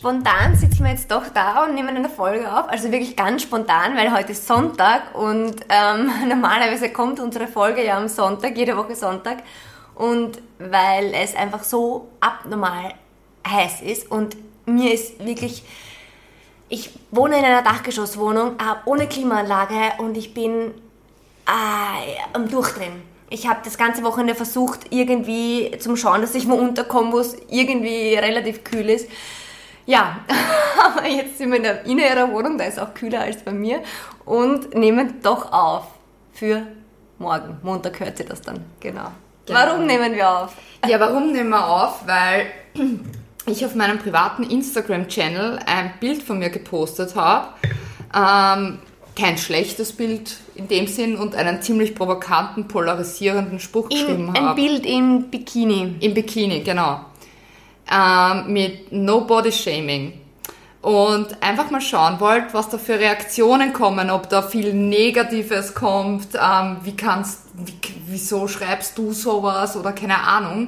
spontan sitzen wir jetzt doch da und nehmen eine Folge auf. Also wirklich ganz spontan, weil heute ist Sonntag und normalerweise kommt unsere Folge ja am Sonntag, jede Woche Sonntag. Und weil es einfach so abnormal heiß ist und mir ist wirklich... Ich wohne in einer Dachgeschosswohnung, ohne Klimaanlage und ich bin am Durchdrehen. Ich habe das ganze Wochenende versucht, irgendwie zu schauen, dass ich wo unterkomme, wo es irgendwie relativ kühl ist. Ja, aber jetzt sind wir in ihrer Wohnung, da ist auch kühler als bei mir und nehmen doch auf für morgen. Montag hört ihr das dann, genau. Warum nehmen wir auf? Ja, warum nehmen wir auf? Weil ich auf meinem privaten Instagram-Channel ein Bild von mir gepostet habe. Kein schlechtes Bild in dem Sinn und einen ziemlich provokanten, polarisierenden Spruch geschrieben habe. Ein Bild im Bikini. Im Bikini, genau. Mit No Body Shaming. Und einfach mal schauen wollt, was da für Reaktionen kommen, ob da viel Negatives kommt, wieso schreibst du sowas oder keine Ahnung.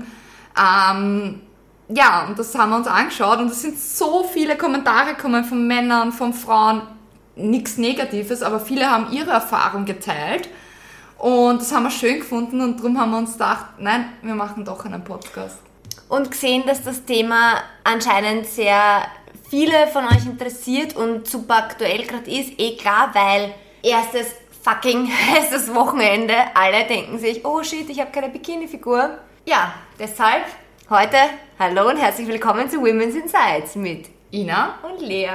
Ja, und das haben wir uns angeschaut und es sind so viele Kommentare gekommen von Männern, von Frauen, nichts Negatives, aber viele haben ihre Erfahrung geteilt und das haben wir schön gefunden und darum haben wir uns gedacht, nein, wir machen doch einen Podcast. Und gesehen, dass das Thema anscheinend sehr viele von euch interessiert und super aktuell gerade ist, klar, weil erstes fucking heißes Wochenende, alle denken sich, oh shit, ich habe keine Bikini-Figur. Ja, deshalb heute, hallo und herzlich willkommen zu Women's Insights mit Ina und Lea.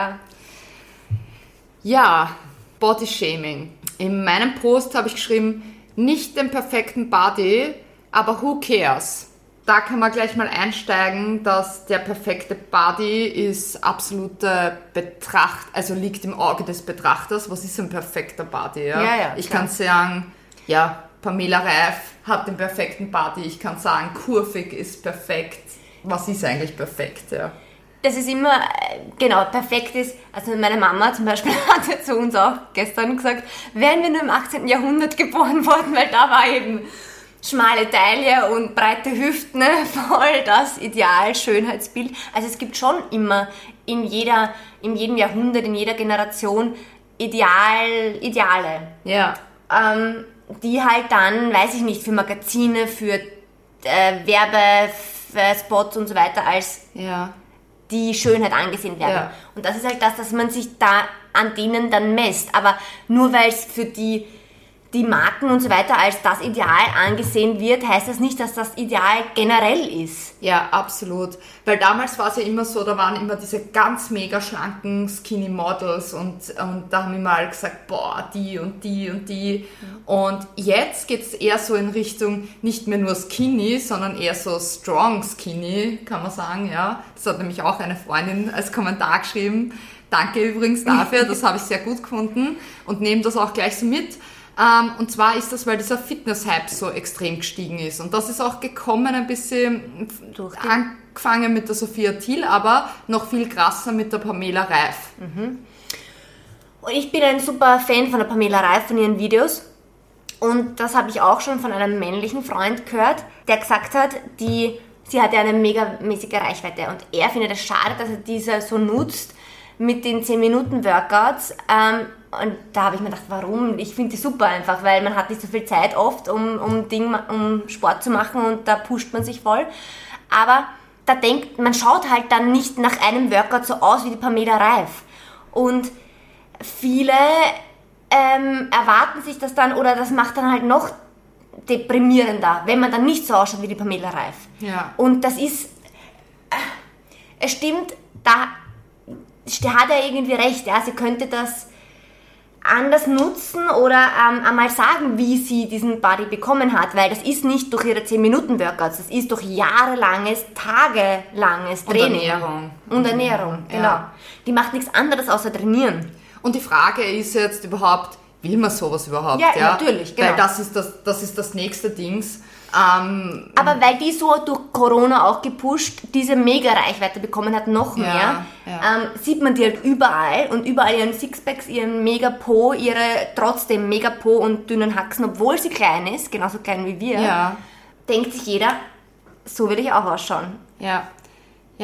Ja, Bodyshaming. In meinem Post habe ich geschrieben, nicht den perfekten Body, aber who cares? Da kann man gleich mal einsteigen, dass der perfekte Body ist absolute also liegt im Auge des Betrachters. Was ist ein perfekter Body? Ja, ich kann sagen, ja, Pamela Reif hat den perfekten Body. Ich kann sagen, kurvig ist perfekt. Was ist eigentlich perfekt? Ja. Das ist immer, genau, perfekt ist, also meine Mama zum Beispiel hat ja zu uns auch gestern gesagt, wären wir nur im 18. Jahrhundert geboren worden, weil da war eben schmale Taille und breite Hüften, voll das Ideal, Schönheitsbild. Also es gibt schon immer in jedem Jahrhundert, in jeder Generation Ideale. Ja. Die halt dann, weiß ich nicht, für Magazine, für Werbespots und so weiter als die Schönheit angesehen werden. Ja. Und das ist halt das, dass man sich da an denen dann messt. Aber nur weil es für die Marken und so weiter als das Ideal angesehen wird, heißt das nicht, dass das Ideal generell ist. Ja, absolut. Weil damals war es ja immer so, da waren immer diese ganz mega schlanken Skinny Models und da haben immer alle gesagt, boah, die und die und die. Und jetzt geht es eher so in Richtung nicht mehr nur Skinny, sondern eher so Strong Skinny, kann man sagen, ja. Das hat nämlich auch eine Freundin als Kommentar geschrieben. Danke übrigens dafür, das habe ich sehr gut gefunden und nehme das auch gleich so mit. Und zwar ist das, weil dieser Fitness-Hype so extrem gestiegen ist. Und das ist auch gekommen ein bisschen, angefangen mit der Sophia Thiel, aber noch viel krasser mit der Pamela Reif. Und ich bin ein super Fan von der Pamela Reif, von ihren Videos. Und das habe ich auch schon von einem männlichen Freund gehört, der gesagt hat, sie hat ja eine megamäßige Reichweite. Und er findet es schade, dass er diese so nutzt mit den 10-Minuten-Workouts. Und da habe ich mir gedacht, warum? Ich finde die super einfach, weil man hat nicht so viel Zeit oft, um Sport zu machen und da pusht man sich voll. Aber man schaut halt dann nicht nach einem Workout so aus wie die Pamela Reif. Und viele erwarten sich das dann, oder das macht dann halt noch deprimierender, wenn man dann nicht so ausschaut wie die Pamela Reif. Ja. Und das ist, es stimmt, da hat er irgendwie recht, ja, sie könnte das anders nutzen oder einmal sagen, wie sie diesen Body bekommen hat, weil das ist nicht durch ihre 10-Minuten-Workouts, das ist durch jahrelanges, tagelanges Training. Und Ernährung, genau. Ja. Die macht nichts anderes außer trainieren. Und die Frage ist jetzt überhaupt, will man sowas überhaupt? Ja, natürlich, genau. Weil das ist das nächste Dings. Aber weil die so durch Corona auch gepusht diese Mega-Reichweite bekommen hat, noch mehr, sieht man die halt überall und überall ihren Sixpacks, ihren Mega-Po, ihre trotzdem Mega-Po und dünnen Haxen, obwohl sie klein ist, genauso klein wie wir, denkt sich jeder, so will ich auch ausschauen. Ja,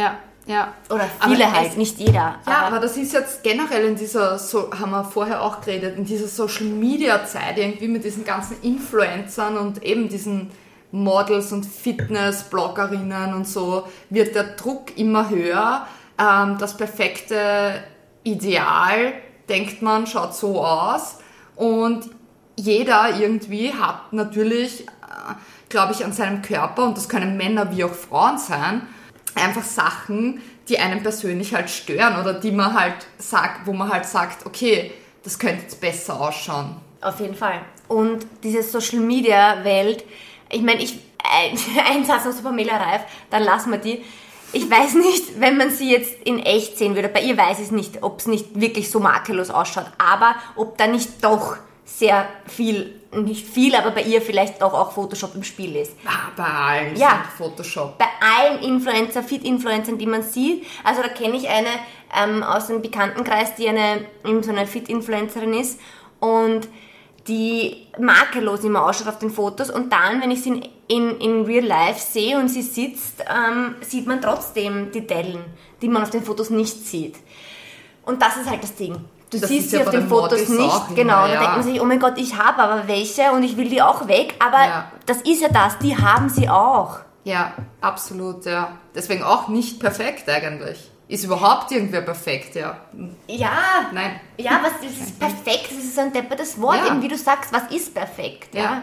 Ja. Oder viele halt, nicht jeder. Ja, aber das ist jetzt generell in dieser, so haben wir vorher auch geredet, in dieser Social-Media-Zeit irgendwie mit diesen ganzen Influencern und eben diesen Models und Fitness-Bloggerinnen und so, wird der Druck immer höher. Das perfekte Ideal, denkt man, schaut so aus. Und jeder irgendwie hat natürlich, glaube ich, an seinem Körper, und das können Männer wie auch Frauen sein, einfach Sachen, die einen persönlich halt stören oder die man halt sagt, wo man halt sagt, okay, das könnte jetzt besser ausschauen. Auf jeden Fall. Und diese Social-Media-Welt, ich meine, ein Satz noch zu Pamela Reif, dann lassen wir die. Ich weiß nicht, wenn man sie jetzt in echt sehen würde, bei ihr weiß ich nicht, ob es nicht wirklich so makellos ausschaut, aber ob da nicht doch sehr viel, nicht viel, aber bei ihr vielleicht doch auch Photoshop im Spiel ist. Bei allen ja, sind Photoshop. Bei allen Fit-Influencern, die man sieht. Also da kenne ich eine aus dem Bekanntenkreis, die eben so eine Fit-Influencerin ist und die makellos immer ausschaut auf den Fotos, und dann, wenn ich sie in Real Life sehe und sie sitzt, sieht man trotzdem die Dellen, die man auf den Fotos nicht sieht. Und das ist halt das Ding. Du siehst sie auf den Fotos nicht, genau, und dann denkt man sich, oh mein Gott, ich habe aber welche und ich will die auch weg, aber das ist ja das, die haben sie auch. Ja, absolut, ja. Deswegen auch nicht perfekt eigentlich. Ist überhaupt irgendwer perfekt, ja? Ja. Nein. Ja, was ist perfekt? Das ist so ein deppertes Wort, eben wie du sagst, was ist perfekt? Ja.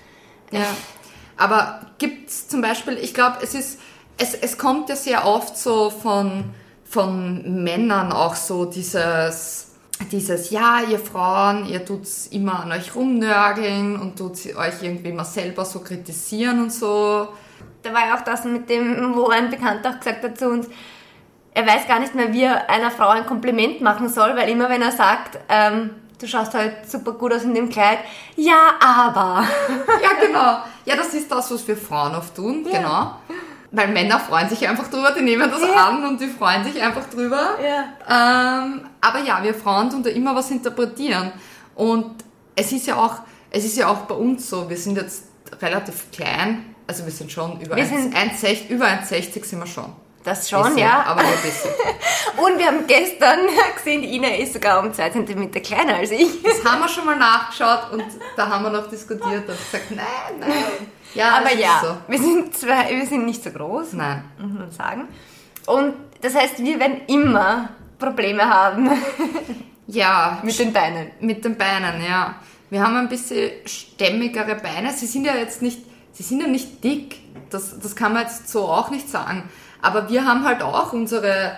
Aber gibt's zum Beispiel, ich glaube, es kommt ja sehr oft so von Männern auch so dieses, ja, ihr Frauen, ihr tut's immer an euch rumnörgeln und tut euch irgendwie mal selber so kritisieren und so. Da war ja auch das mit dem, wo ein Bekannter auch gesagt hat zu uns, er weiß gar nicht mehr, wie er einer Frau ein Kompliment machen soll, weil immer wenn er sagt, du schaust halt super gut aus in dem Kleid, ja, aber. Ja, genau. Ja, das ist das, was wir Frauen oft tun, genau. Weil Männer freuen sich einfach drüber, die nehmen das an und die freuen sich einfach drüber. Ja. Aber ja, wir Frauen tun da immer was interpretieren. Und es ist ja auch bei uns so, wir sind jetzt relativ klein, also wir sind schon über 1,60 sind wir schon. Das schon, bisschen, ja. Aber nur ein bisschen. Und wir haben gestern gesehen, die Ina ist sogar um 2 cm kleiner als ich. Das haben wir schon mal nachgeschaut und da haben wir noch diskutiert und gesagt, nein. Ja, aber ja, so. wir sind nicht so groß, nein, muss man sagen. Und das heißt, wir werden immer Probleme haben. Ja. Mit den Beinen. Mit den Beinen, ja. Wir haben ein bisschen stämmigere Beine. Sie sind ja nicht dick. Das kann man jetzt so auch nicht sagen. Aber wir haben halt auch unsere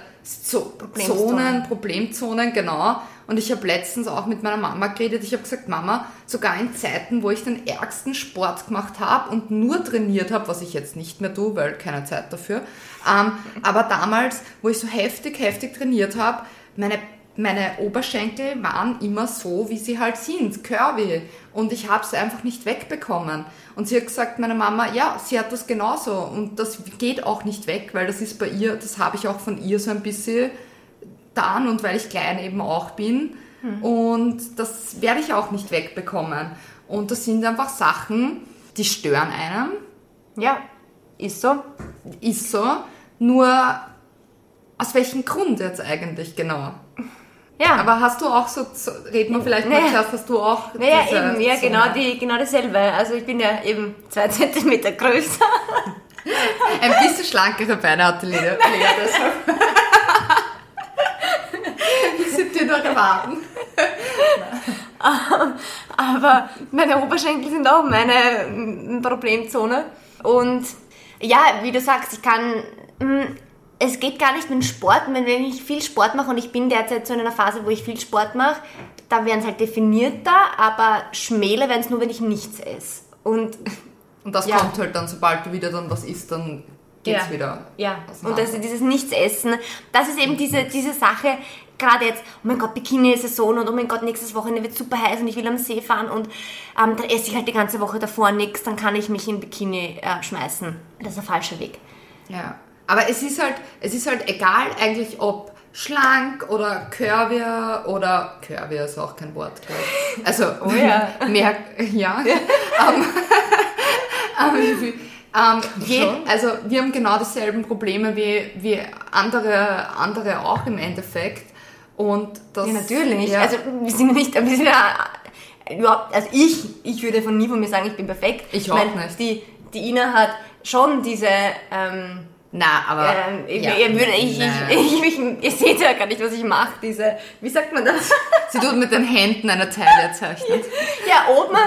Problemzonen, genau. Und ich habe letztens auch mit meiner Mama geredet. Ich habe gesagt, Mama, sogar in Zeiten, wo ich den ärgsten Sport gemacht habe und nur trainiert habe, was ich jetzt nicht mehr tue, weil keine Zeit dafür. Aber damals, wo ich so heftig trainiert habe, meine Oberschenkel waren immer so, wie sie halt sind, curvy. Und ich habe sie einfach nicht wegbekommen. Und sie hat gesagt, meine Mama, ja, sie hat das genauso. Und das geht auch nicht weg, weil das ist bei ihr, das habe ich auch von ihr so ein bisschen dann und weil ich klein eben auch bin. Und das werde ich auch nicht wegbekommen. Und das sind einfach Sachen, die stören einen. Ja, ist so. Ist so. Nur aus welchem Grund jetzt eigentlich genau? Ja. Aber hast du auch so reden wir vielleicht mal zuerst, hast du auch genau dasselbe. Also ich bin ja eben 2 cm größer. Ein bisschen schlankere Beine hat die Lea deshalb. Wie sind dir noch erwarten? Aber meine Oberschenkel sind auch meine Problemzone. Und ja, wie du sagst, es geht gar nicht mit dem Sport, wenn ich viel Sport mache, und ich bin derzeit so in einer Phase, wo ich viel Sport mache, da werden es halt definierter, aber schmäler werden es nur, wenn ich nichts esse. Und das kommt halt dann, sobald du wieder dann was isst, dann geht's wieder. Ja, und dieses Nichtsessen, das ist eben diese Sache, gerade jetzt, oh mein Gott, Bikini-Saison und oh mein Gott, nächstes Wochenende wird super heiß und ich will am See fahren und dann esse ich halt die ganze Woche davor nichts, dann kann ich mich in Bikini schmeißen. Das ist ein falscher Weg. Ja. Aber es ist halt egal eigentlich, ob schlank oder curvier oder curvier ist auch kein Wort, glaube ich. Also oh ja. mehr, ja. Also wir haben genau dieselben Probleme wie andere auch im Endeffekt. Und das, ja, natürlich. Ja. Also ich würde von nie von mir sagen, ich bin perfekt. Ich auch nicht. Die Ina hat schon diese... aber... ihr seht ja gar nicht, was ich mache, wie sagt man das? Sie tut mit den Händen eine Taille zeichnen. Ja,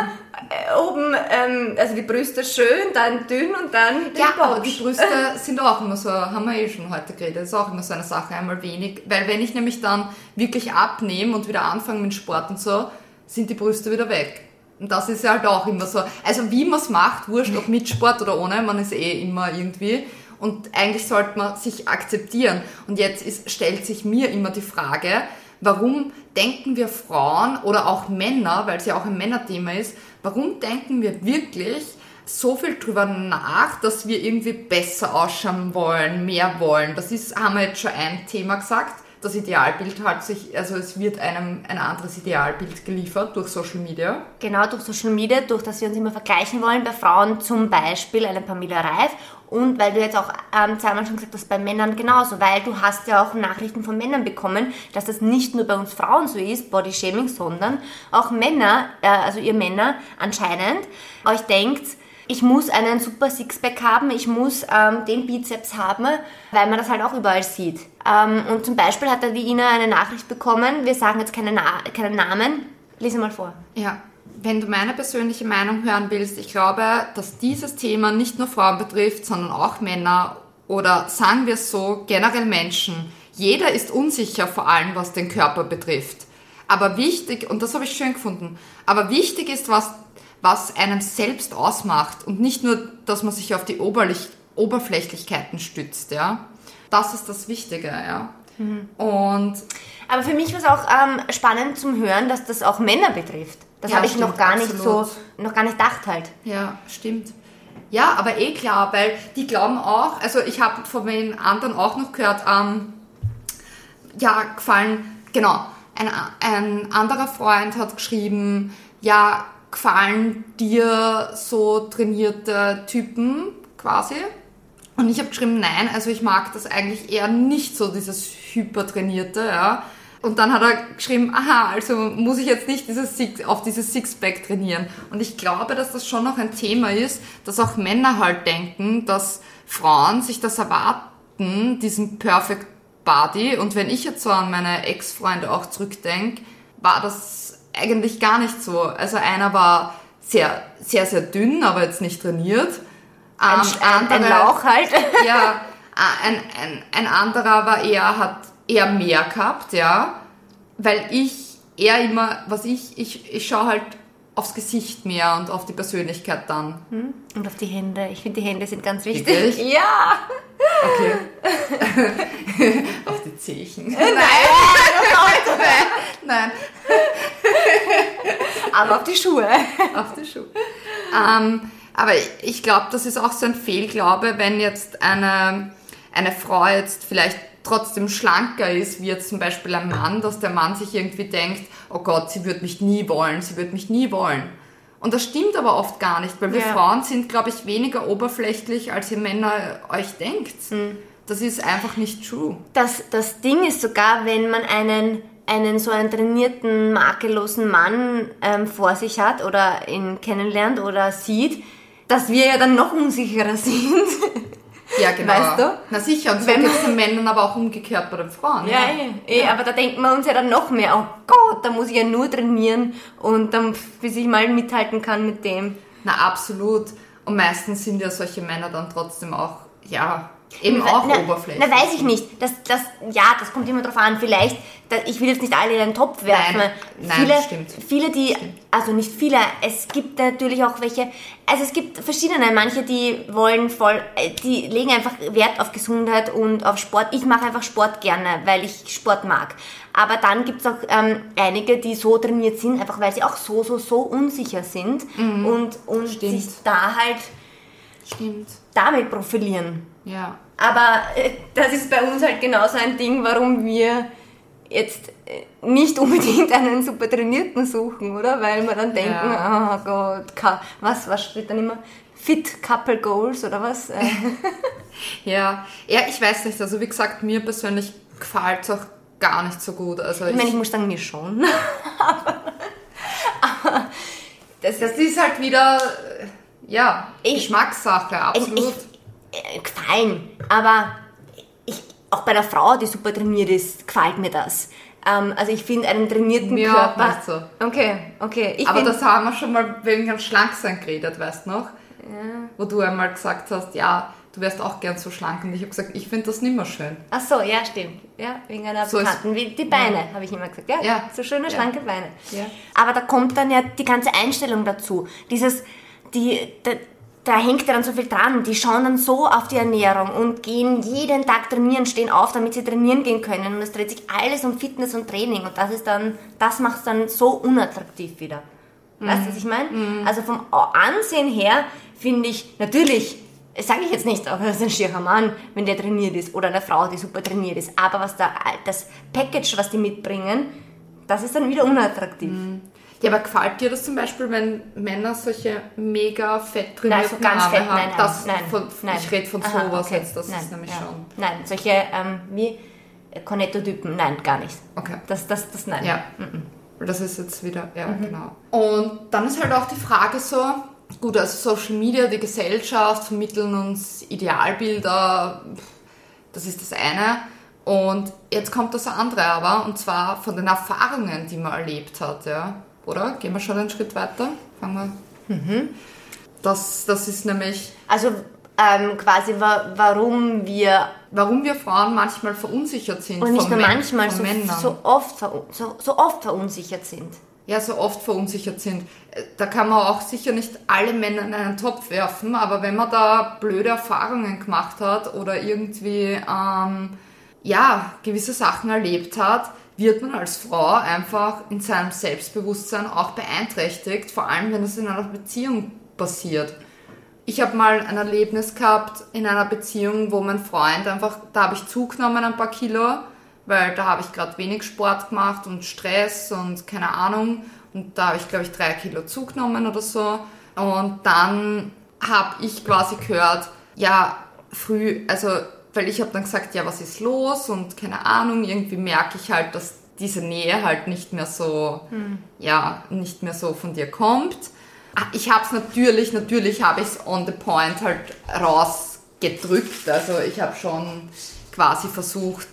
oben, also die Brüste schön, dann dünn und dann ja, aber die Brüste sind auch immer so, haben wir schon heute geredet, das ist auch immer so eine Sache, einmal wenig, weil wenn ich nämlich dann wirklich abnehme und wieder anfange mit Sport und so, sind die Brüste wieder weg. Und das ist ja halt auch immer so, also wie man es macht, wurscht, ob mit Sport oder ohne, man ist immer irgendwie. Und eigentlich sollte man sich akzeptieren. Und jetzt stellt sich mir immer die Frage, warum denken wir Frauen oder auch Männer, weil es ja auch ein Männerthema ist, warum denken wir wirklich so viel drüber nach, dass wir irgendwie besser ausschauen wollen, mehr wollen? Das haben wir jetzt schon ein Thema gesagt. Das Idealbild also es wird einem ein anderes Idealbild geliefert durch Social Media. Genau, durch Social Media, durch das wir uns immer vergleichen wollen. Bei Frauen zum Beispiel eine Pamela Reif. Und weil du jetzt auch zweimal schon gesagt hast, bei Männern genauso, weil du hast ja auch Nachrichten von Männern bekommen, dass das nicht nur bei uns Frauen so ist, Bodyshaming, sondern auch Männer, also ihr Männer anscheinend, euch denkt, ich muss einen super Sixpack haben, ich muss den Bizeps haben, weil man das halt auch überall sieht. Und zum Beispiel hat da die Ina eine Nachricht bekommen, wir sagen jetzt keinen Namen, lese mal vor. Ja. Wenn du meine persönliche Meinung hören willst, ich glaube, dass dieses Thema nicht nur Frauen betrifft, sondern auch Männer oder sagen wir es so, generell Menschen. Jeder ist unsicher, vor allem was den Körper betrifft. Aber wichtig, und das habe ich schön gefunden, aber wichtig ist, was einen selbst ausmacht und nicht nur, dass man sich auf die Oberflächlichkeiten stützt. Ja? Das ist das Wichtige. Ja? Und aber für mich war es auch spannend zum Hören, dass das auch Männer betrifft. Das habe ich noch gar nicht gedacht halt. Ja, stimmt. Ja, aber klar, weil die glauben auch, also ich habe von den anderen auch noch gehört, gefallen, genau, ein anderer Freund hat geschrieben, ja, gefallen dir so trainierte Typen quasi? Und ich habe geschrieben, nein, also ich mag das eigentlich eher nicht so, dieses hypertrainierte, ja. Und dann hat er geschrieben, also muss ich jetzt nicht auf dieses Sixpack trainieren. Und ich glaube, dass das schon noch ein Thema ist, dass auch Männer halt denken, dass Frauen sich das erwarten, diesen Perfect Body. Und wenn ich jetzt so an meine Ex-Freunde auch zurückdenke, war das eigentlich gar nicht so. Also einer war sehr, sehr, sehr dünn, aber jetzt nicht trainiert. Ein Lauch halt. Ja, ein anderer hat eher mehr gehabt, ja, weil ich eher immer, ich schaue halt aufs Gesicht mehr und auf die Persönlichkeit dann. Und auf die Hände. Ich finde, die Hände sind ganz wichtig. Wirklich? Ja! Okay. Auf die Zehen. Nein. Aber auf die Schuhe. Auf die Schuhe. Aber ich glaube, das ist auch so ein Fehlglaube, wenn jetzt eine Frau jetzt vielleicht trotzdem schlanker ist, wie jetzt zum Beispiel ein Mann, dass der Mann sich irgendwie denkt, oh Gott, sie wird mich nie wollen. Und das stimmt aber oft gar nicht, weil wir Frauen sind, glaube ich, weniger oberflächlich, als ihr Männer euch denkt. Das ist einfach nicht true. Das Ding ist sogar, wenn man einen so einen trainierten, makellosen Mann vor sich hat oder ihn kennenlernt oder sieht, dass wir ja dann noch unsicherer sind. Ja, genau. Weißt du? Na sicher, und so geht es den Männern, aber auch umgekehrt bei den Frauen. Ja, aber da denkt man uns ja dann noch mehr, oh Gott, da muss ich ja nur trainieren und dann, bis ich mal mithalten kann mit dem. Na, absolut. Und meistens sind ja solche Männer dann trotzdem auch, eben auch oberflächlich. Na, weiß ich nicht. Das kommt immer drauf an. Vielleicht, ich will jetzt nicht alle in einen Topf werfen. Nein, stimmt. Viele, also nicht viele, es gibt natürlich auch welche, also es gibt verschiedene, manche, die legen einfach Wert auf Gesundheit und auf Sport. Ich mache einfach Sport gerne, weil ich Sport mag. Aber dann gibt es auch einige, die so trainiert sind, einfach weil sie auch so unsicher sind und sich da halt damit profilieren. Ja. Aber das ist bei uns halt genauso ein Ding, warum wir jetzt nicht unbedingt einen super Trainierten suchen, oder? Weil wir dann denken, oh Gott, was steht dann immer? Fit Couple Goals oder was? Ja, ich weiß nicht. Also wie gesagt, mir persönlich gefällt es auch gar nicht so gut. Also ich meine, ich muss sagen, mir schon. aber das ist halt wieder, Geschmackssache, absolut. Gefallen, aber auch bei einer Frau, die super trainiert ist, gefällt mir das. Also ich finde einen trainierten Körper... Nicht so. Okay. Aber das haben wir schon mal wegen dem Schlanksein geredet, weißt du noch? Ja. Wo du einmal gesagt hast, ja, du wärst auch gern so schlank. Und ich habe gesagt, ich finde das nicht mehr schön. Ach so, ja, stimmt. Ja, wegen einer Bekannten. Wie die Beine, habe ich immer gesagt. Ja, so schöne, schlanke Beine. Ja. Aber da kommt dann ja die ganze Einstellung dazu. Da hängt ja dann so viel dran. Die schauen dann so auf die Ernährung und gehen jeden Tag trainieren, stehen auf, damit sie trainieren gehen können. Und es dreht sich alles um Fitness und Training. Und das macht es dann so unattraktiv wieder. Weißt du, was ich meine? Also vom Ansehen her finde ich, natürlich, sage ich jetzt nicht, aber das ist ein schierer Mann, wenn der trainiert ist, oder eine Frau, die super trainiert ist. Aber das Package, was die mitbringen, das ist dann wieder unattraktiv. Ja, aber gefällt dir das zum Beispiel, wenn Männer solche mega fett trainierten ganz Arme fett, haben? Nein. Ich rede von sowas jetzt, das ist nämlich schon... Nein, solche wie Cornetto-Typen, nein, gar nicht. Okay. Das nein. Ja, das ist jetzt wieder, genau. Und dann ist halt auch die Frage so, gut, also Social Media, die Gesellschaft vermitteln uns Idealbilder, das ist das eine. Und jetzt kommt das andere aber, und zwar von den Erfahrungen, die man erlebt hat, ja. Oder? Gehen wir schon einen Schritt weiter? Fangen wir. Das ist nämlich... Also quasi, warum wir Frauen manchmal verunsichert sind. Und nicht nur manchmal, Männern. so oft verunsichert sind. Ja, so oft verunsichert sind. Da kann man auch sicher nicht alle Männer in einen Topf werfen, aber wenn man da blöde Erfahrungen gemacht hat oder irgendwie gewisse Sachen erlebt hat, wird man als Frau einfach in seinem Selbstbewusstsein auch beeinträchtigt, vor allem wenn es in einer Beziehung passiert. Ich habe mal ein Erlebnis gehabt in einer Beziehung, wo mein Freund einfach, da habe ich zugenommen ein paar Kilo, weil da habe ich gerade wenig Sport gemacht und Stress und keine Ahnung, und da habe ich, glaube ich, 3 Kilo zugenommen oder so, und dann habe ich quasi gehört, weil ich habe dann gesagt, ja, was ist los und keine Ahnung, irgendwie merke ich halt, dass diese Nähe halt nicht mehr so, nicht mehr so von dir kommt. Ich habe es natürlich habe ich es on the point halt rausgedrückt, also ich habe schon quasi versucht,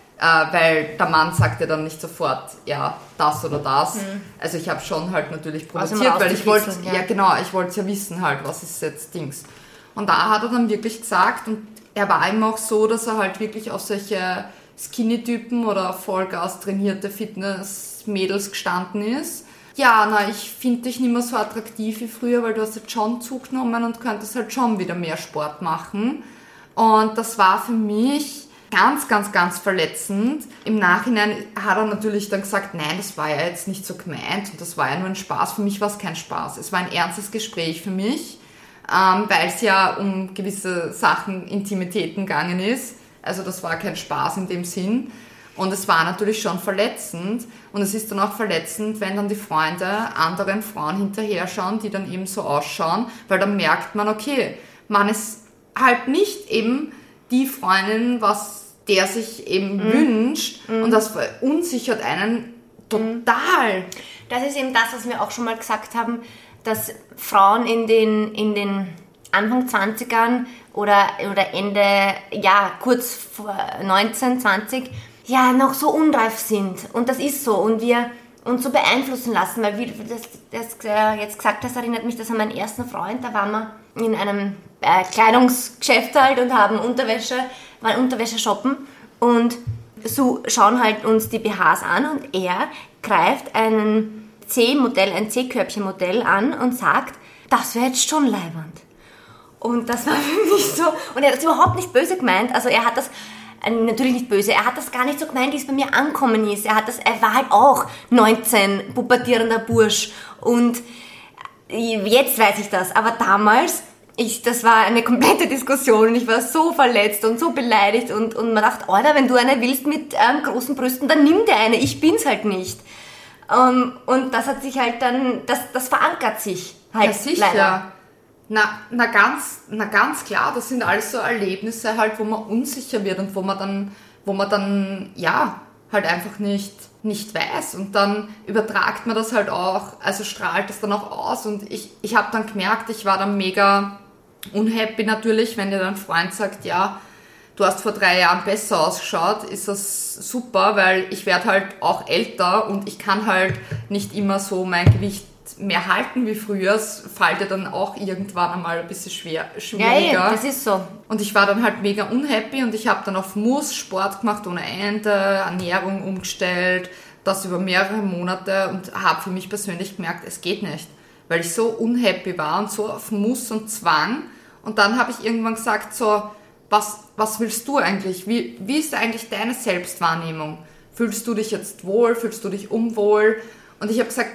weil der Mann sagte dann nicht sofort, ja, das oder das. Also ich habe schon halt natürlich provoziert, weil ich wollte, ich wollte es ja wissen halt, was ist jetzt Dings. Und da hat er dann wirklich gesagt, und er war immer auch so, dass er halt wirklich auf solche Skinny-Typen oder Vollgas trainierte Fitness-Mädels gestanden ist. Ja, ich finde dich nicht mehr so attraktiv wie früher, weil du hast jetzt schon zugenommen und könntest halt schon wieder mehr Sport machen. Und das war für mich ganz, ganz, ganz verletzend. Im Nachhinein hat er natürlich dann gesagt, nein, das war ja jetzt nicht so gemeint und das war ja nur ein Spaß. Für mich war es kein Spaß. Es war ein ernstes Gespräch für mich, weil es ja um gewisse Sachen, Intimitäten gegangen ist. Also das war kein Spaß in dem Sinn. Und es war natürlich schon verletzend. Und es ist dann auch verletzend, wenn dann die Freunde anderen Frauen hinterher schauen, die dann eben so ausschauen, weil dann merkt man, okay, man ist halt nicht eben die Freundin, was der sich eben wünscht, und das verunsichert einen total. Das ist eben das, was wir auch schon mal gesagt haben, dass Frauen in den Anfang 20ern oder Ende, kurz vor 19, 20, noch so unreif sind. Und das ist so. Und wir uns so beeinflussen lassen, weil wie du das jetzt gesagt hast, erinnert mich das an meinen ersten Freund. Da waren wir in einem Kleidungsgeschäft halt und waren Unterwäsche shoppen und so schauen halt uns die BHs an, und er greift ein C-Körbchen-Modell an und sagt, das wäre jetzt schon leiwand. Und das war für mich so, und er hat das überhaupt nicht böse gemeint, also er hat das natürlich nicht böse, er hat das gar nicht so gemeint, wie es bei mir angekommen ist. Er war halt auch 19, pubertierender Bursch, und jetzt weiß ich das, aber damals, das war eine komplette Diskussion und ich war so verletzt und so beleidigt und man dachte, Alter, wenn du eine willst mit großen Brüsten, dann nimm dir eine, ich bin's halt nicht. Und das hat sich halt dann, das verankert sich halt. Ja, sicher. Leider. Na ganz klar, das sind alles so Erlebnisse halt, wo man unsicher wird und wo man dann ja, halt einfach nicht weiß. Und dann übertragt man das halt auch, also strahlt das dann auch aus. Und ich habe dann gemerkt, ich war dann mega unhappy natürlich, wenn dir dein Freund sagt, ja, du hast vor 3 Jahren besser ausgeschaut, ist das super, weil ich werde halt auch älter und ich kann halt nicht immer so mein Gewicht mehr halten wie früher. Es fällt ja dann auch irgendwann einmal ein bisschen schwieriger. Ja, das ist so. Und ich war dann halt mega unhappy und ich habe dann auf Muss Sport gemacht ohne Ende, Ernährung umgestellt, das über mehrere Monate und habe für mich persönlich gemerkt, es geht nicht, weil ich so unhappy war und so auf Muss und Zwang. Und dann habe ich irgendwann gesagt, so, was willst du eigentlich? Wie ist eigentlich deine Selbstwahrnehmung? Fühlst du dich jetzt wohl? Fühlst du dich unwohl? Und ich habe gesagt,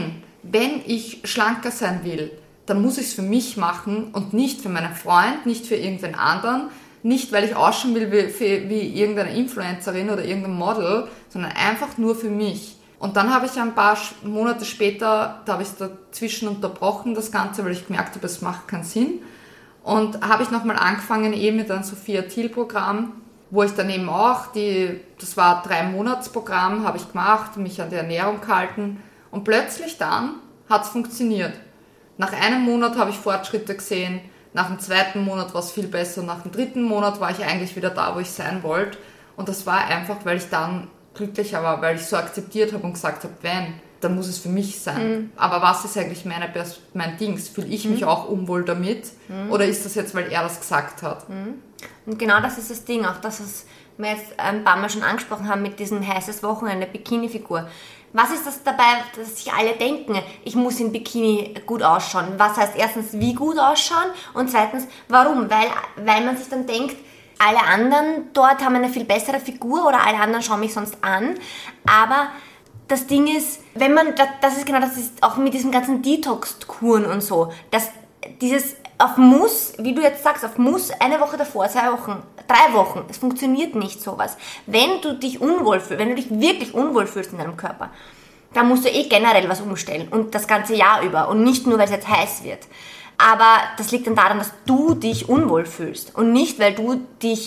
wenn ich schlanker sein will, dann muss ich es für mich machen und nicht für meinen Freund, nicht für irgendwen anderen, nicht weil ich ausschauen will wie irgendeine Influencerin oder irgendein Model, sondern einfach nur für mich. Und dann habe ich ein paar Monate später, da habe ich es dazwischen unterbrochen, das Ganze, weil ich gemerkt habe, es macht keinen Sinn. Und habe ich nochmal angefangen eben mit einem Sophia Thiel-Programm, wo ich dann eben auch, das war 3-Monats-Programm, habe ich gemacht, mich an die Ernährung gehalten und plötzlich dann hat es funktioniert. Nach einem Monat habe ich Fortschritte gesehen, nach dem 2. Monat war es viel besser, nach dem 3. Monat war ich eigentlich wieder da, wo ich sein wollte. Und das war einfach, weil ich dann glücklicher war, weil ich so akzeptiert habe und gesagt habe, dann muss es für mich sein. Aber was ist eigentlich mein Dings? Fühle ich mich auch unwohl damit? Oder ist das jetzt, weil er das gesagt hat? Und genau das ist das Ding, auch das, was wir jetzt ein paar Mal schon angesprochen haben mit diesem heißes Wochenende, Bikini-Figur. Was ist das dabei, dass sich alle denken, ich muss im Bikini gut ausschauen? Was heißt erstens, wie gut ausschauen? Und zweitens, warum? Weil man sich dann denkt, alle anderen dort haben eine viel bessere Figur oder alle anderen schauen mich sonst an. Aber das Ding ist, das ist auch mit diesen ganzen Detox-Kuren und so, dass dieses auf Muss, wie du jetzt sagst, auf Muss, 1 Woche davor, 2 Wochen, 3 Wochen, es funktioniert nicht sowas. Wenn du dich wirklich unwohl fühlst in deinem Körper, dann musst du generell was umstellen und das ganze Jahr über und nicht nur, weil es jetzt heiß wird. Aber das liegt dann daran, dass du dich unwohl fühlst und nicht, weil du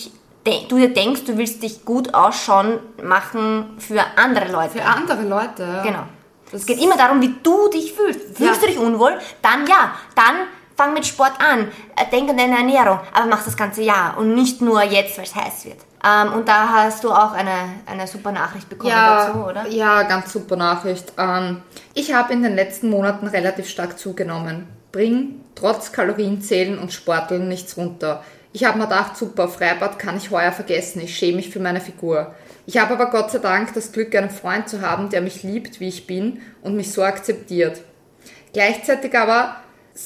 dir denkst, du willst dich gut ausschauen machen für andere Leute. Für andere Leute, ja. Genau. Es geht immer darum, wie du dich fühlst. Fühlst du dich unwohl? Dann fang mit Sport an. Denk an deine Ernährung, aber mach das ganze Jahr und nicht nur jetzt, weil es heiß wird. Und da hast du auch eine super Nachricht bekommen dazu, oder? Ja, ganz super Nachricht. Ich habe in den letzten Monaten relativ stark zugenommen. Bring trotz Kalorienzählen und Sporteln nichts runter. Ich habe mir gedacht, super, Freibad kann ich heuer vergessen, ich schäme mich für meine Figur. Ich habe aber Gott sei Dank das Glück, einen Freund zu haben, der mich liebt, wie ich bin und mich so akzeptiert. Gleichzeitig aber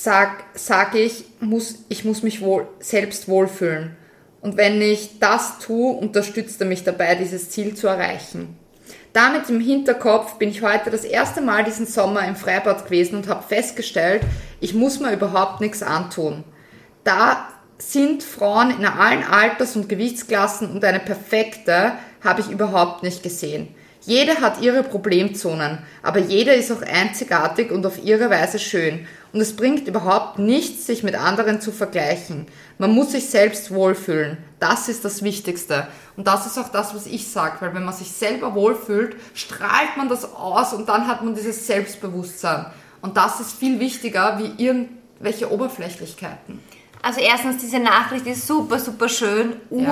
sage ich muss mich selbst wohlfühlen. Und wenn ich das tue, unterstützt er mich dabei, dieses Ziel zu erreichen. Damit im Hinterkopf bin ich heute das erste Mal diesen Sommer im Freibad gewesen und habe festgestellt, ich muss mir überhaupt nichts antun. Da sind Frauen in allen Alters- und Gewichtsklassen und eine perfekte habe ich überhaupt nicht gesehen. Jede hat ihre Problemzonen, aber jede ist auch einzigartig und auf ihre Weise schön. Und es bringt überhaupt nichts, sich mit anderen zu vergleichen. Man muss sich selbst wohlfühlen. Das ist das Wichtigste. Und das ist auch das, was ich sage, weil wenn man sich selber wohlfühlt, strahlt man das aus und dann hat man dieses Selbstbewusstsein. Und das ist viel wichtiger wie irgendwelche Oberflächlichkeiten. Also erstens, diese Nachricht ist super, super schön,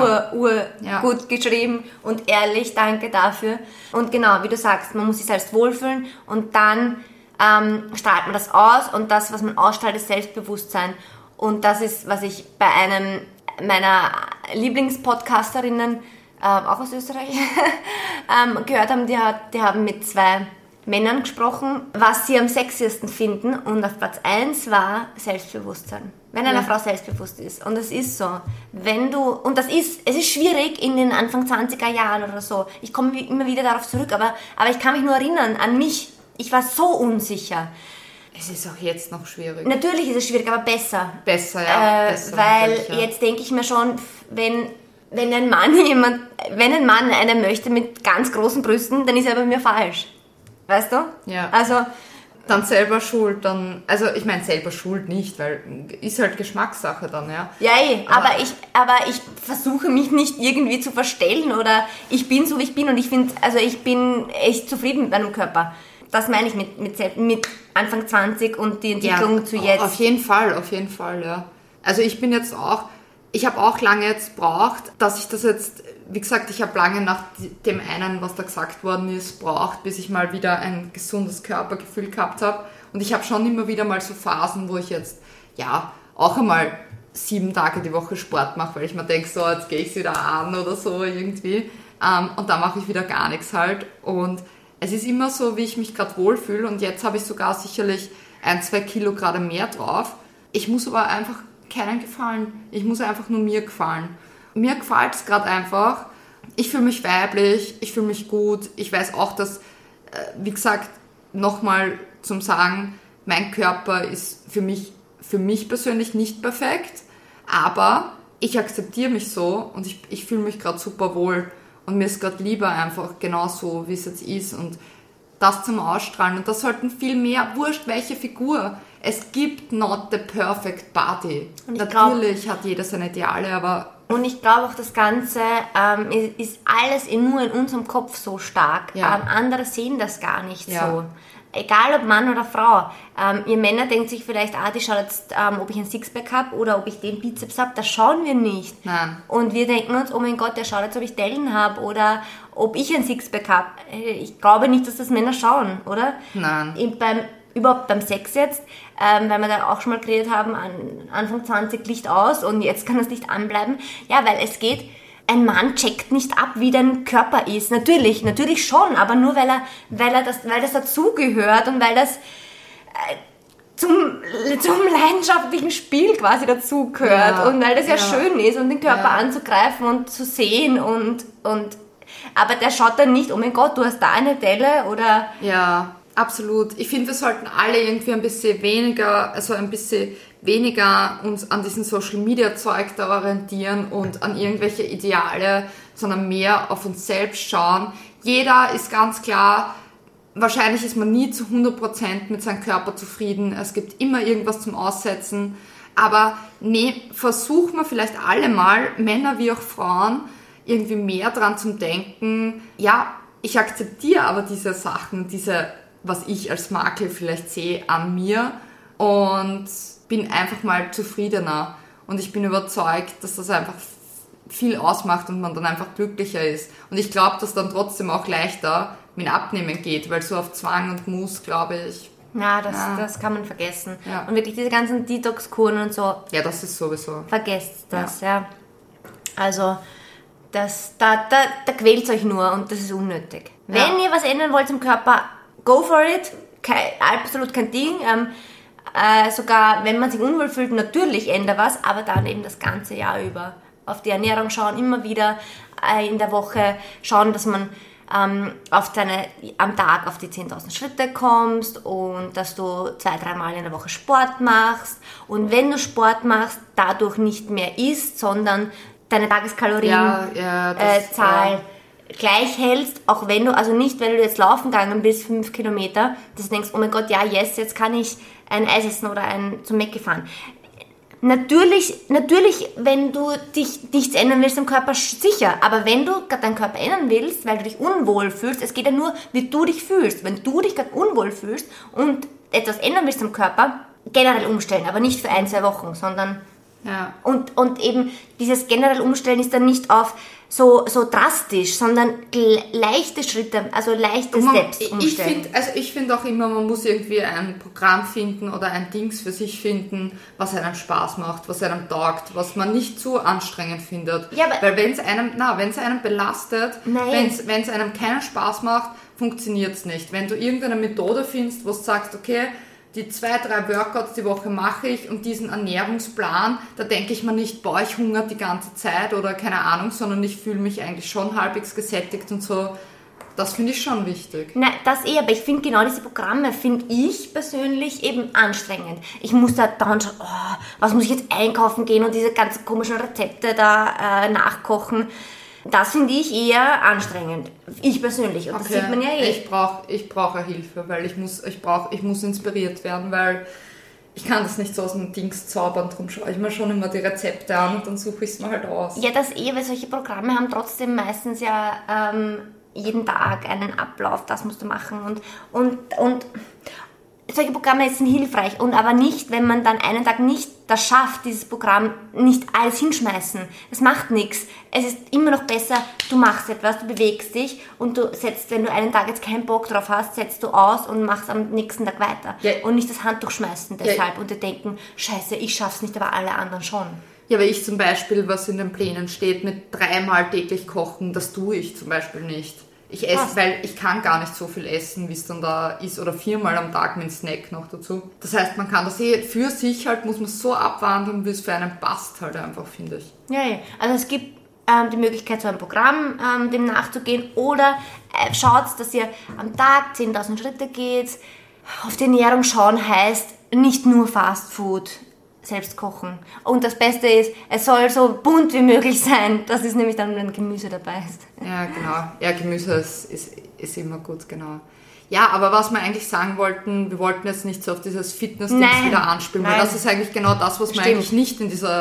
gut geschrieben und ehrlich, danke dafür. Und genau, wie du sagst, man muss sich selbst wohlfühlen und dann strahlt man das aus und das, was man ausstrahlt, ist Selbstbewusstsein. Und das ist, was ich bei einem meiner Lieblingspodcasterinnen, auch aus Österreich, gehört haben. Die haben mit 2 Männern gesprochen, was sie am sexiesten finden, und auf Platz 1 war Selbstbewusstsein. Wenn eine Frau selbstbewusst ist. Und es ist so. Es ist schwierig in den Anfang 20er Jahren oder so. Ich komme immer wieder darauf zurück, aber ich kann mich nur erinnern an mich. Ich war so unsicher. Es ist auch jetzt noch schwierig. Natürlich ist es schwierig, aber besser. Besser, ja. Weil jetzt denke ich mir schon, wenn ein Mann eine möchte mit ganz großen Brüsten, dann ist er bei mir falsch. Weißt du? Ja. Also, dann selber schuld, dann, also ich meine selber schuld nicht, weil ist halt Geschmackssache dann, ja. Ja, aber ich versuche mich nicht irgendwie zu verstellen oder ich bin so, wie ich bin und ich finde, also ich bin echt zufrieden mit meinem Körper. Das meine ich mit Anfang 20 und die Entwicklung zu jetzt. Auf jeden Fall, ja. Also ich habe auch lange jetzt braucht, dass ich das jetzt, wie gesagt, ich habe lange nach dem einen, was da gesagt worden ist, braucht, bis ich mal wieder ein gesundes Körpergefühl gehabt habe. Und ich habe schon immer wieder mal so Phasen, wo ich jetzt, ja, auch einmal 7 Tage die Woche Sport mache, weil ich mir denke, so, jetzt gehe ich es wieder an oder so irgendwie. Und dann mache ich wieder gar nichts halt. Und es ist immer so, wie ich mich gerade wohlfühle. Und jetzt habe ich sogar sicherlich 1-2 Kilo gerade mehr drauf. Ich muss aber einfach keinen gefallen. Ich muss einfach nur mir gefallen. Mir gefällt es gerade einfach. Ich fühle mich weiblich, ich fühle mich gut. Ich weiß auch, dass, wie gesagt, nochmal zum Sagen, mein Körper ist für mich persönlich nicht perfekt, aber ich akzeptiere mich so und ich fühle mich gerade super wohl und mir ist gerade lieber einfach genau so, wie es jetzt ist und das zum Ausstrahlen und das sollten viel mehr, wurscht welche Figur. Es gibt not the perfect body. Natürlich hat jeder seine Ideale, aber... Und ich glaube auch, das Ganze ist alles nur in unserem Kopf so stark. Ja. Andere sehen das gar nicht Ja. so. Egal ob Mann oder Frau. Ihr Männer denkt sich vielleicht, die schaut jetzt, ob ich ein Sixpack habe oder ob ich den Bizeps habe. Das schauen wir nicht. Nein. Und wir denken uns, oh mein Gott, der schaut jetzt, ob ich Dellen habe oder ob ich ein Sixpack habe. Ich glaube nicht, dass das Männer schauen, oder? Nein. Überhaupt beim Sex jetzt, weil wir da auch schon mal geredet haben, Anfang 20 Licht aus und jetzt kann das Licht anbleiben. Ja, weil es geht, ein Mann checkt nicht ab, wie dein Körper ist. Natürlich schon, aber nur weil das dazugehört und weil das zum leidenschaftlichen Spiel quasi dazugehört und weil das ja schön ist und den Körper anzugreifen und zu sehen und aber der schaut dann nicht, oh mein Gott, du hast da eine Delle oder... Ja, absolut. Ich finde, wir sollten alle irgendwie ein bisschen weniger uns an diesem Social-Media-Zeug da orientieren und an irgendwelche Ideale, sondern mehr auf uns selbst schauen. Jeder ist ganz klar, wahrscheinlich ist man nie zu 100% mit seinem Körper zufrieden. Es gibt immer irgendwas zum Aussetzen. Aber versuchen wir vielleicht alle mal, Männer wie auch Frauen, irgendwie mehr dran zu denken, ja, ich akzeptiere aber diese Sachen, was ich als Makel vielleicht sehe an mir und bin einfach mal zufriedener. Und ich bin überzeugt, dass das einfach viel ausmacht und man dann einfach glücklicher ist. Und ich glaube, dass dann trotzdem auch leichter mit Abnehmen geht, weil so auf Zwang und Muss, glaube ich... Das kann man vergessen. Ja. Und wirklich diese ganzen Detox-Kuren und so. Ja, das ist sowieso. Vergesst das, ja. Also, da quält euch nur und das ist unnötig. Ja. Wenn ihr was ändern wollt im Körper, go for it. Absolut kein Ding. Sogar wenn man sich unwohl fühlt, natürlich ändert was, aber dann eben das ganze Jahr über. Auf die Ernährung schauen, immer wieder in der Woche schauen, dass man am Tag auf die 10.000 Schritte kommst und dass du 2-3 Mal in der Woche Sport machst. Und wenn du Sport machst, dadurch nicht mehr isst, sondern deine Tageskalorien-Zahl gleich hältst, auch wenn du, also nicht, wenn du jetzt laufen gegangen bist, 5 Kilometer, dass du denkst, oh mein Gott, ja, jetzt kann ich ein Eis essen oder zum Mäcki fahren. Natürlich, wenn du dich nichts ändern willst im Körper, sicher, aber wenn du deinen Körper ändern willst, weil du dich unwohl fühlst, es geht ja nur, wie du dich fühlst. Wenn du dich gerade unwohl fühlst und etwas ändern willst im Körper, generell umstellen, aber nicht für 1-2 Wochen, sondern... Ja. Und eben dieses generell Umstellen ist dann nicht auf so drastisch, sondern leichte Schritte, also leichte Steps umstellen. Ich finde auch immer, man muss irgendwie ein Programm finden oder ein Dings für sich finden, was einem Spaß macht, was einem taugt, was man nicht zu anstrengend findet. Ja, weil wenn es einem belastet, wenn es einem keinen Spaß macht, funktioniert es nicht. Wenn du irgendeine Methode findest, wo du sagst, okay, die 2-3 Workouts die Woche mache ich und diesen Ernährungsplan, da denke ich mir nicht, boah, ich hungere die ganze Zeit oder keine Ahnung, sondern ich fühle mich eigentlich schon halbwegs gesättigt und so. Das finde ich schon wichtig. Nein, das aber ich finde genau diese Programme, finde ich persönlich eben anstrengend. Ich muss da dann schon, was muss ich jetzt einkaufen gehen und diese ganzen komischen Rezepte da nachkochen. Das finde ich eher anstrengend. Ich persönlich. Und das sieht man ja eh. Ich brauche Hilfe, weil ich muss inspiriert werden, weil ich kann das nicht so aus dem Dings zaubern, darum schaue ich mir schon immer die Rezepte an und dann suche ich es mir halt aus. Ja, das weil solche Programme haben trotzdem meistens ja jeden Tag einen Ablauf, das musst du machen und solche Programme sind hilfreich und aber nicht, wenn man dann einen Tag nicht das schafft, dieses Programm nicht alles hinschmeißen. Das macht nichts. Es ist immer noch besser, du machst etwas, du bewegst dich und du setzt, wenn du einen Tag jetzt keinen Bock drauf hast, setzt du aus und machst am nächsten Tag weiter. Ja. Und nicht das Handtuch schmeißen deshalb und dir denken, scheiße, ich schaff's nicht, aber alle anderen schon. Ja, weil ich zum Beispiel, was in den Plänen steht, mit 3-mal täglich kochen, das tue ich zum Beispiel nicht. Ich esse, weil ich kann gar nicht so viel essen, wie es dann da ist, oder 4-mal am Tag mit Snack noch dazu. Das heißt, man kann das für sich halt, muss man so abwandeln, wie es für einen passt halt einfach, finde ich. Ja. Also es gibt die Möglichkeit, so ein Programm dem nachzugehen oder schaut, dass ihr am Tag 10.000 Schritte geht. Auf die Ernährung schauen heißt nicht nur Fast Food, selbst kochen. Und das Beste ist, es soll so bunt wie möglich sein. Das ist nämlich dann, wenn Gemüse dabei ist. Ja, genau. Ja, Gemüse ist immer gut, genau. Ja, aber was wir eigentlich sagen wollten, wir wollten jetzt nicht so auf dieses Fitness-Ding wieder anspielen, weil das ist eigentlich genau das, was wir eigentlich nicht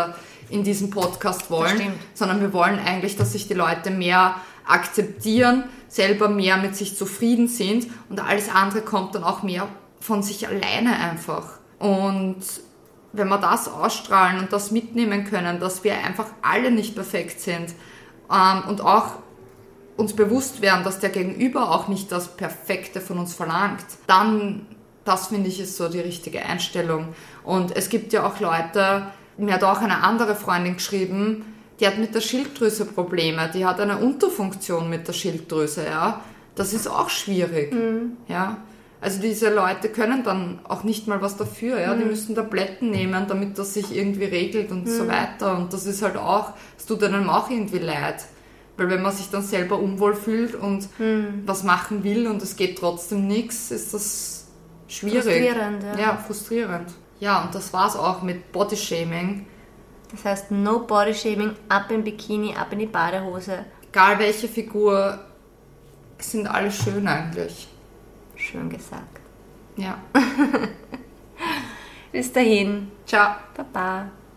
in diesem Podcast wollen, sondern wir wollen eigentlich, dass sich die Leute mehr akzeptieren, selber mehr mit sich zufrieden sind und alles andere kommt dann auch mehr von sich alleine einfach. Und wenn wir das ausstrahlen und das mitnehmen können, dass wir einfach alle nicht perfekt sind und auch uns bewusst werden, dass der Gegenüber auch nicht das Perfekte von uns verlangt, dann, das finde ich, ist so die richtige Einstellung. Und es gibt ja auch Leute, mir hat auch eine andere Freundin geschrieben, die hat mit der Schilddrüse Probleme, die hat eine Unterfunktion mit der Schilddrüse, ja. Das ist auch schwierig, ja. Also diese Leute können dann auch nicht mal was dafür, ja. Die müssen Tabletten nehmen, damit das sich irgendwie regelt und so weiter. Und das ist halt auch, es tut einem auch irgendwie leid. Weil wenn man sich dann selber unwohl fühlt und was machen will und es geht trotzdem nichts, ist das schwierig. Frustrierend, ja. Ja, frustrierend. Ja, und das war's auch mit Bodyshaming. Das heißt, no Bodyshaming, ab im Bikini, ab in die Badehose. Egal welche Figur, sind alle schön eigentlich. Schön gesagt. Ja. Bis dahin. Ciao. Baba.